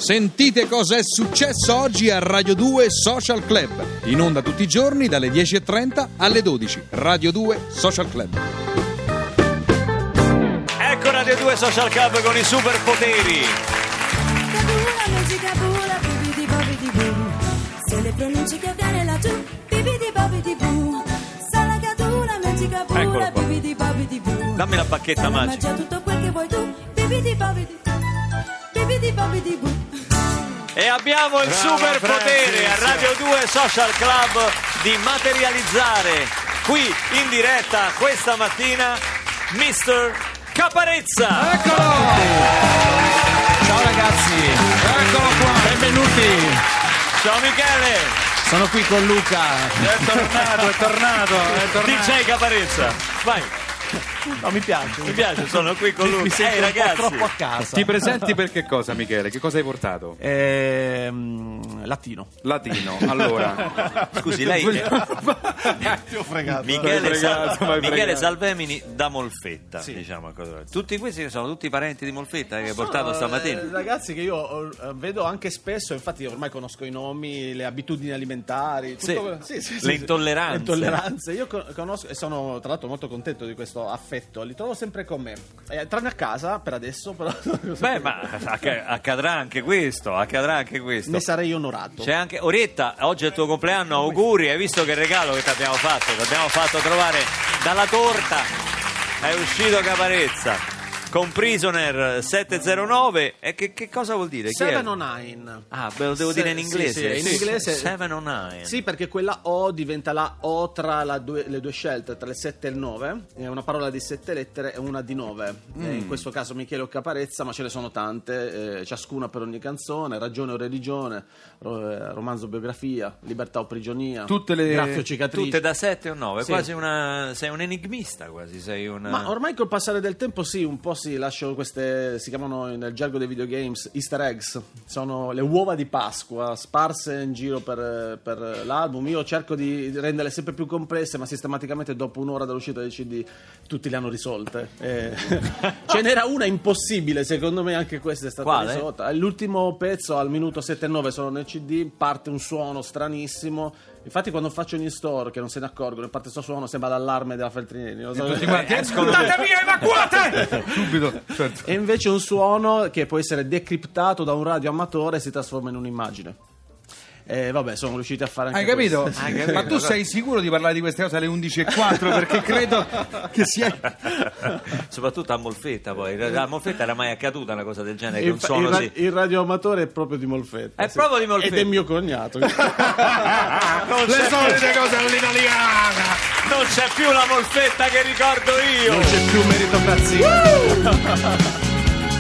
Sentite cosa è successo oggi a Radio 2 Social Club. In onda tutti i giorni dalle 10:30 alle 12. Radio 2 Social Club. Ecco Radio 2 Social Club con i superpoteri. Cabula, musica bula, bibidi bobidi boo. Se le pronunci che avviene laggiù, bibidi bobidi boo. Sala cadula, musica bula, bibidi bobidi boo. Dammi la bacchetta magica. Mangia tutto quel che vuoi tu, bibidi bobidi boo. E abbiamo il superpotere a Radio 2 Social Club di materializzare qui in diretta questa mattina Mr. Caparezza. Eccolo! Ciao ragazzi, Eccolo qua! benvenuti. Ciao Michele. Sono qui con Luca. È tornato. DJ Caparezza. Vai. No, mi piace. Sono qui con lui. Mi sento un po' Ragazzi. troppo a casa. Ti presenti per che cosa, Michele? Che cosa hai portato? Latino. Latino, allora. Scusi, lei Ti ho fregato. Michele Salvemini da Molfetta, Sì. diciamo. Tutti questi sono tutti parenti di Molfetta che hai portato stamattina. Ragazzi che io vedo anche spesso, infatti ormai conosco i nomi, le abitudini alimentari, tutto Sì. sì. Le intolleranze. Le intolleranze. Io conosco e sono tra l'altro molto contento di questo affetto, li trovo sempre con me. Tranne a casa per adesso, però. Beh, ma accadrà anche questo. Ne sarei onorato. C'è anche Orietta, oggi è il tuo compleanno, auguri, hai visto che regalo che ti abbiamo fatto? Ti abbiamo fatto trovare dalla torta, è uscito Caparezza con Prisoner 709 e che cosa vuol dire? Chi è? 709. Ah, ve lo devo dire in inglese? Sì, in inglese 709. Sì, perché quella O diventa la O tra le due scelte, tra le 7 e il 9. È una parola di 7 lettere e una di 9. In questo caso Michele o Caparezza, ma ce ne sono tante, ciascuna per ogni canzone, ragione o religione, romanzo o biografia, libertà o prigionia, Tutte le- graffio o cicatrice. Tutte da 7 o 9, Sì. quasi sei un enigmista, quasi sei un... Ma ormai col passare del tempo sì, un po' si lascio queste, si chiamano nel gergo dei videogames Easter eggs, sono le uova di Pasqua sparse in giro per l'album. Io cerco di renderle sempre più complesse, ma sistematicamente dopo un'ora dall'uscita del CD tutti le hanno risolte. Ce n'era una impossibile, secondo me anche questa è stata Quale? risolta. L'ultimo pezzo al minuto 7 e 9 sono nel CD, parte un suono stranissimo. Infatti quando faccio in store che non se ne accorgono e parte questo suono sembra l'allarme della Feltrinelli, non so. Tutti quanti escono. Andate via, evacuate! Subito, certo. E invece un suono che può essere decriptato da un radioamatore e si trasforma in un'immagine. Vabbè, sono riusciti a fare anche Hai capito? questo. Ma tu sei sicuro di parlare di queste cose alle 11:04? Perché credo che sia... Soprattutto a Molfetta poi. A Molfetta era mai accaduta una cosa del genere, che un suono Il radioamatore è proprio di Molfetta. È proprio di Molfetta. Ed è mio cognato. Non Le c'è solite cose all'italiana! Non c'è più la Molfetta che ricordo io. Non c'è più meritocrazia.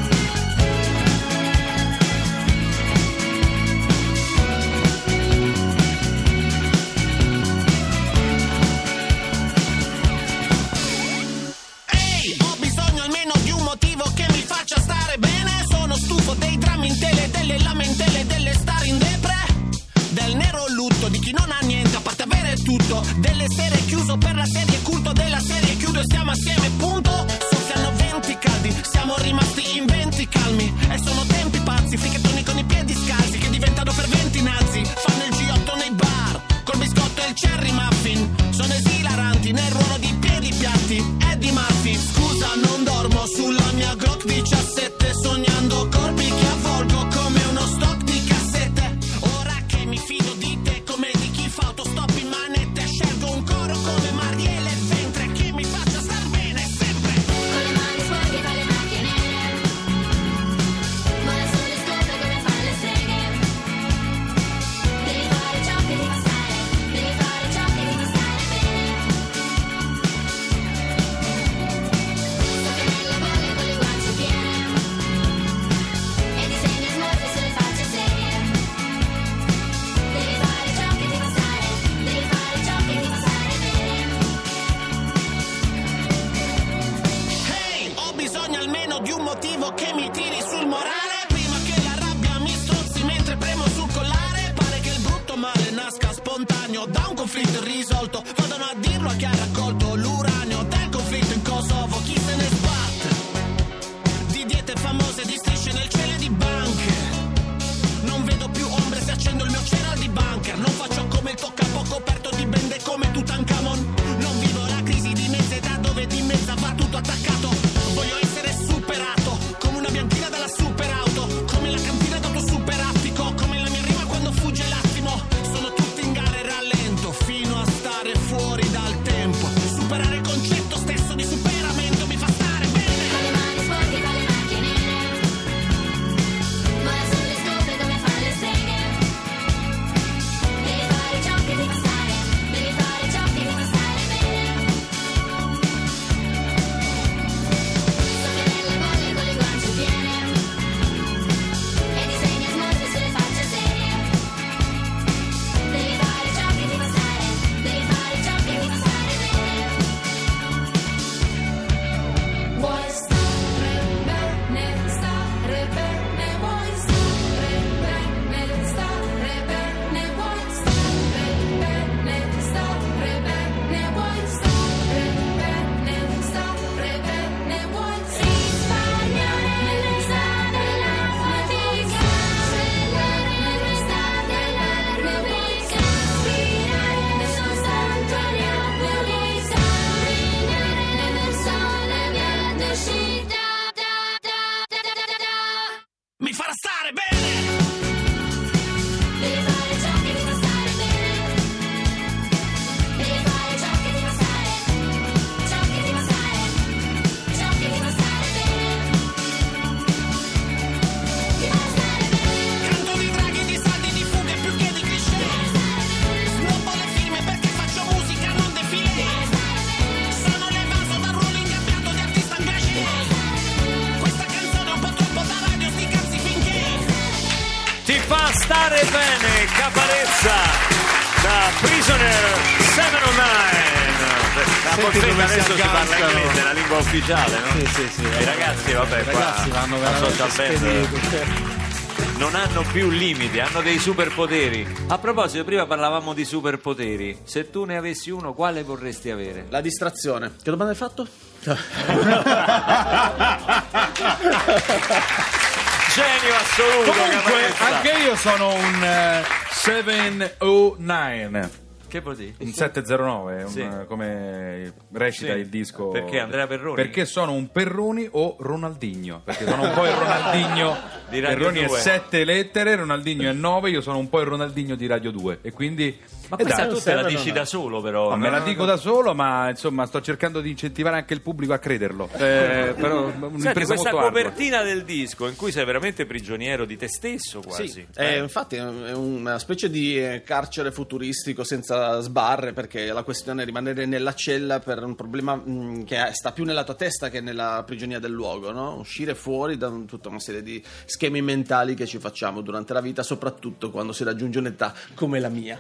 Ho bisogno almeno di un motivo che mi faccia stare bene. Sono stufo dei drammi in tele, delle lamentele, delle star in depre, del nero lutto di chi non ha niente a parte avere tutto, delle sere chiuso per la serie, culto della serie chiudo e stiamo assieme, punto. Soffiano venti caldi, siamo rimasti in venti calmi e sono tempi pazzi, fricchettoni con i piedi scalzi che diventano ferventi nazi, fanno il G8 nei bar col biscotto e il cherry muffin, sono esilaranti nel ruolo di piedi piatti. Eddie Murphy, scusa non dormo sulla mia Glock 17 sognando colpi che avvolgo come uno stock di cassette. Ora che mi fido di te come di chi fa autostop in manette, scelgo un coro come Marielle e Ventre che mi faccia star bene sempre. Con le mani sporche fa le macchie nere, vola sulle scopre come fanno le streghe. Devi fare ciò che ti fa stare, devi fare ciò che ti fa stare bene. Sofia nella bolla con le guance piene e disegna smorfie sulle facce serie. Devi fare ciò che ti fa stare, devi fare ciò che ti fa stare bene. Hey, ho bisogno almeno di un motivo che mi tiri sul morale, prima che la rabbia mi strozzi mentre premo sul collare. Pare che il brutto male nasca spontaneo da un conflitto irrisolto, vadano a dirlo a chi ha raccolto l'uranio del conflitto in Kosovo. Chi se ne sbatte di diete famose, di strisce nel cielo e di banche, far stare bene. Devi fare ciò che ti fa stare bene. Devi fare ciò che ti fa stare. Ciò che ti fa stare. Ciò che ti fa stare bene. Ti fa stare bene. Canto di draghi, di saldi, di fughe più che di cliché. Snobo le firme perché faccio musica, non defilé. Sono l'evaso dal ruolo ingabbiato di artista engagé. Questa canzone è un po' troppo da radio, sti cazzi finché. Ti fa stare bene, Caparezza, da Prisoner 709. La Senti Polfetta come si adesso si parla agganciano. inglese, la lingua ufficiale, no? Sì. I ragazzi, vabbè, I ragazzi qua vanno la veramente social band spediti. non hanno più limiti, hanno dei superpoteri. A proposito, prima parlavamo di superpoteri. Se tu ne avessi uno, quale vorresti avere? La distrazione. Che domanda hai fatto? Genio assoluto, Comunque, Caparezza. anche io sono un 709. Che vuol dire? Un 709, Sì. come recita Sì. il disco. Perché Andrea Perroni? Perché sono un Perroni o Ronaldinho. Perché sono un po' il Ronaldinho Di Radio Perroni 2. è 7 lettere, Ronaldinho è 9, io sono un po' il Ronaldinho di Radio 2. E quindi. Ma e questa dai, tu te la serve dici o no? da solo, però. no, me la no? dico da solo, ma insomma sto cercando di incentivare anche il pubblico a crederlo. Però Senti, un'impresa questa molto ardua. copertina del disco in cui sei veramente prigioniero di te stesso, quasi. Sì, infatti è una specie di carcere futuristico senza sbarre, perché la questione è rimanere nella cella per un problema che sta più nella tua testa che nella prigionia del luogo, no? Uscire fuori da tutta una serie di schemi mentali che ci facciamo durante la vita, soprattutto quando si raggiunge un'età come la mia,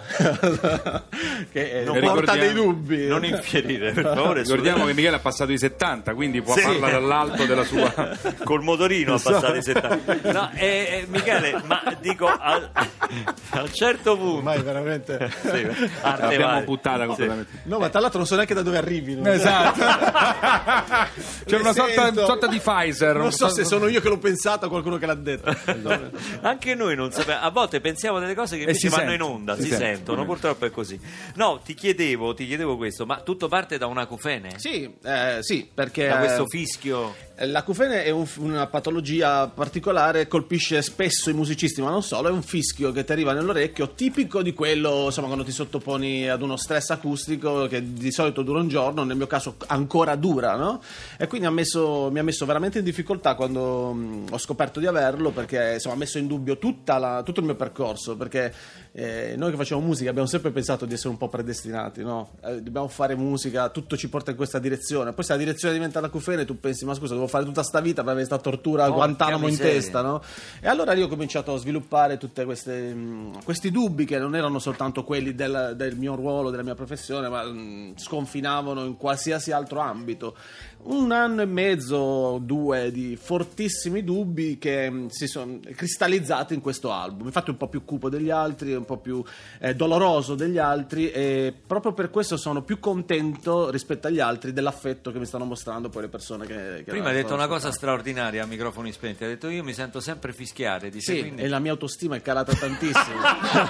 che Non porta ricordiamo- dei dubbi. Non infierire, per favore. Ricordiamo che Michele ha passato i 70, quindi può Sì. farla dall'alto della sua. Col motorino ha passato i 70. No, Michele, ma dico a un certo punto. Ormai veramente. Sì, arte L'abbiamo varia. buttata Sì. completamente. No, ma tra l'altro non so neanche da dove arrivi. no? Esatto. C'è una Sento. sorta di Pfizer. Non so se sono io che l'ho pensato o qualcuno che l'ha detto. Anche noi non sappiamo, a volte pensiamo delle cose che invece si vanno sente, in onda, si si sente. sentono, purtroppo è così. No, ti chiedevo questo, ma tutto parte da un'acufene? Sì, perché Da questo fischio? l'acufene è una patologia particolare, colpisce spesso i musicisti, ma non solo, è un fischio che ti arriva nell'orecchio, tipico di quello, insomma, quando ti sottoponi ad uno stress acustico che di solito dura un giorno, nel mio caso ancora dura, no? E quindi mi ha messo veramente in difficoltà quando ho scoperto di averlo, perché insomma ha messo in dubbio tutto il mio percorso, perché noi che facciamo musica abbiamo sempre pensato di essere un po' predestinati, no? Dobbiamo fare musica, tutto ci porta in questa direzione, poi se la direzione diventa l'acufene tu pensi, ma scusa, devo fare tutta sta vita per avere questa tortura a Porca Guantanamo in miseria. testa, no? E allora io ho cominciato a sviluppare tutti questi dubbi che non erano soltanto quelli del mio ruolo, della mia professione, ma sconfinavano in qualsiasi altro ambito. 1 anno e mezzo, 2 di fortissimi dubbi che si sono cristallizzati in questo album, infatti un po' più cupo degli altri, un po' più doloroso degli altri, e proprio per questo sono più contento rispetto agli altri dell'affetto che mi stanno mostrando poi le persone che Prima hai detto una cosa straordinaria a microfoni spenti, hai detto io mi sento sempre fischiare di te, sì, quindi... e la mia autostima è calata tantissimo.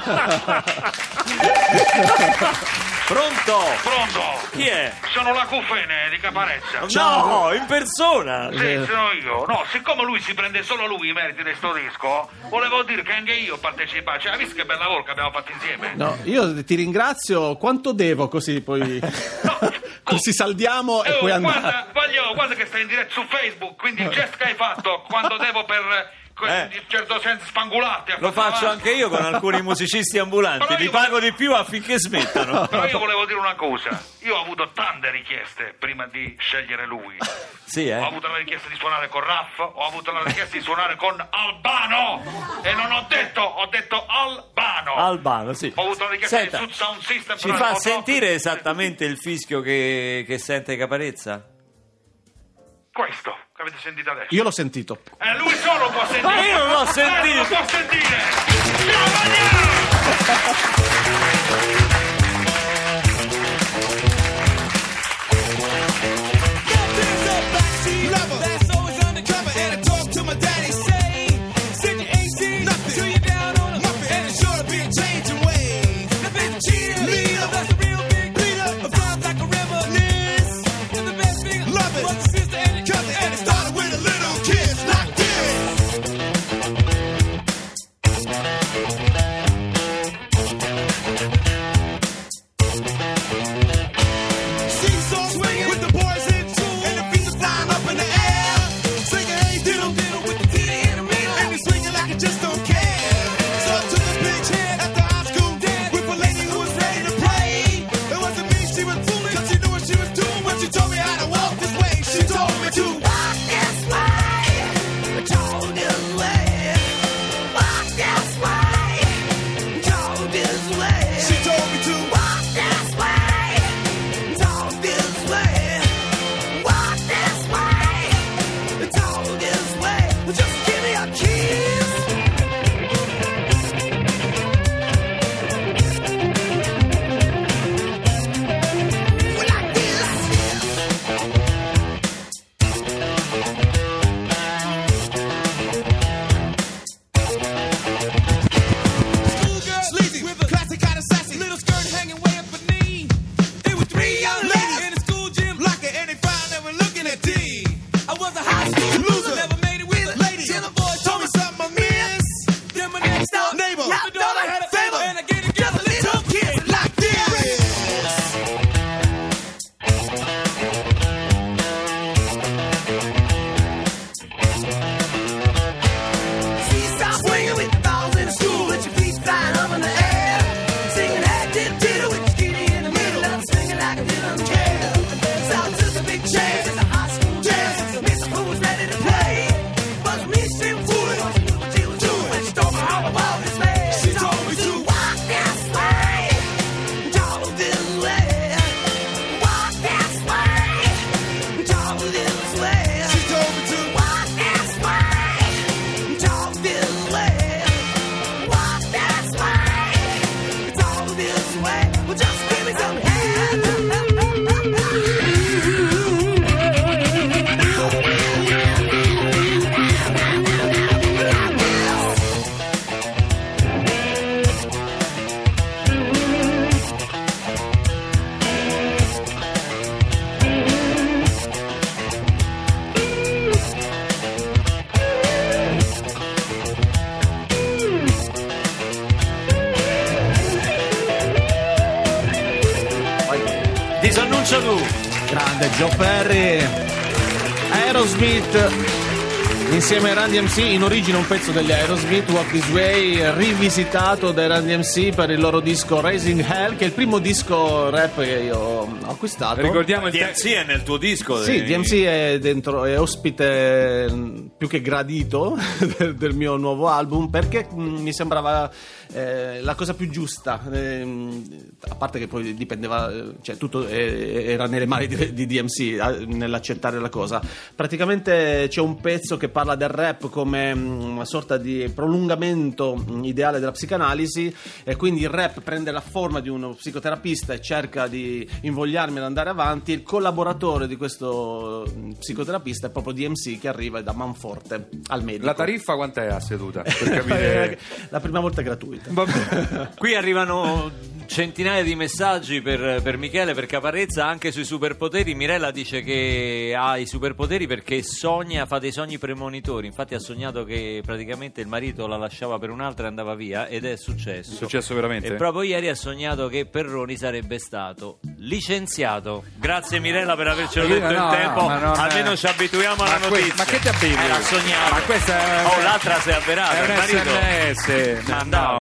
Pronto? Pronto? Chi è? Sono l'acufene di Caparezza. No, in persona! Sì, sono io. No, siccome lui si prende solo lui i meriti di sto disco, volevo dire che anche io partecipo. Cioè, hai visto che bel lavoro che abbiamo fatto insieme? No, io ti ringrazio. Quanto devo così poi così saldiamo e poi andiamo. Guarda che stai in diretta su Facebook, quindi il gesto che hai fatto quando devo per in certo senso spangularti. Lo faccio anche io con alcuni musicisti ambulanti, Però li io- pago di più affinché smettano. Però io volevo dire una cosa. Io ho avuto tante richieste prima di scegliere lui. Sì, Ho avuto la richiesta di suonare con Raff, ho avuto la richiesta di suonare con Albano e non ho detto Albano. Albano, sì. Ho avuto la richiesta Senta, di Sud Sound System. ci però fa non ho sentire esattamente il fischio che sente Caparezza? questo che avete sentito adesso. Io l'ho sentito. Lui solo può sentire. Ma io non l'ho Lo sentito! può sentire. Ciao, Magnà! That's always undercover, and I talk to my daddy, say, send your AC, till you're down on a muffin, and it's sure to be a changing ways. The big cheerleader, that's a real big leader, a vibe like a river, Liz, and the best thing, love it, brother, sister, and your cousin, and it started with a little kiss like this. just don't care. So I took a big chance at the high school dance with a lady who was ready to play. It wasn't me she was fooling, cause she knew what she was doing when she told me how to walk this way. She told me to walk this way, talk this way, walk this way, talk this way. She told me to walk this way, talk this way, walk this way, talk this way. Just give me a kiss. Like this. Schoolgirl, sleazy, with a classic kind of sassy, little skirt hanging way up her knee. There were three young ladies in the school gym, like it, and they found they were looking at D. I was a high school loser, never made it with a lady. Till the boy told me something I missed. Then my next door neighbor, I thought I had a favor, and I gave it just a little kiss like this. She stopped swinging with the balls in the school, with your feet flying up in the air. Singing that dip diddle with your kitty in the middle, and I'm swinging like I didn't care. South took a big chance, it's a high school dance. Miss Who was ready to play. Was me still fooling, cause she knew what she was doing when she told me how to walk this way. She told me to walk this way, talk this way, walk this way, talk this way. She told me to walk this way, talk this way, walk this way, talk this way. Well, just give me some hand. Disannuncio tu. Grande Joe Perry, Aerosmith insieme a Run DMC, in origine un pezzo degli Aerosmith, Walk This Way, rivisitato dai Run DMC per il loro disco Raising Hell, che è il primo disco rap che io ho acquistato. Ricordiamo il DMC è nel tuo disco? Sì, DMC è dentro, è ospite più che gradito del mio nuovo album, perché mi sembrava la cosa più giusta, a parte che poi dipendeva, cioè tutto era nelle mani di DMC nell'accettare la cosa. Praticamente c'è un pezzo che parla del rap come una sorta di prolungamento ideale della psicanalisi, e quindi il rap prende la forma di uno psicoterapista e cerca di invogliarmi ad andare avanti. Il collaboratore di questo psicoterapista è proprio DMC, che arriva da manforte al medico. La tariffa quant'è a seduta? Per capire. La prima volta è gratuita. Qui arrivano centinaia di messaggi per Michele, per Caparezza, anche sui superpoteri. Mirella dice che ha i superpoteri perché fa dei sogni premonitori. Infatti ha sognato che praticamente il marito la lasciava per un'altra e andava via, ed è successo. È successo veramente? E proprio ieri ha sognato che Perroni sarebbe stato licenziato. Grazie Mirella per avercelo detto in tempo. Almeno ci abituiamo alla notizia. Ma che ti abitui? Era sognato. Ma questa è l'altra si è avverata. È un il marito SMS. andava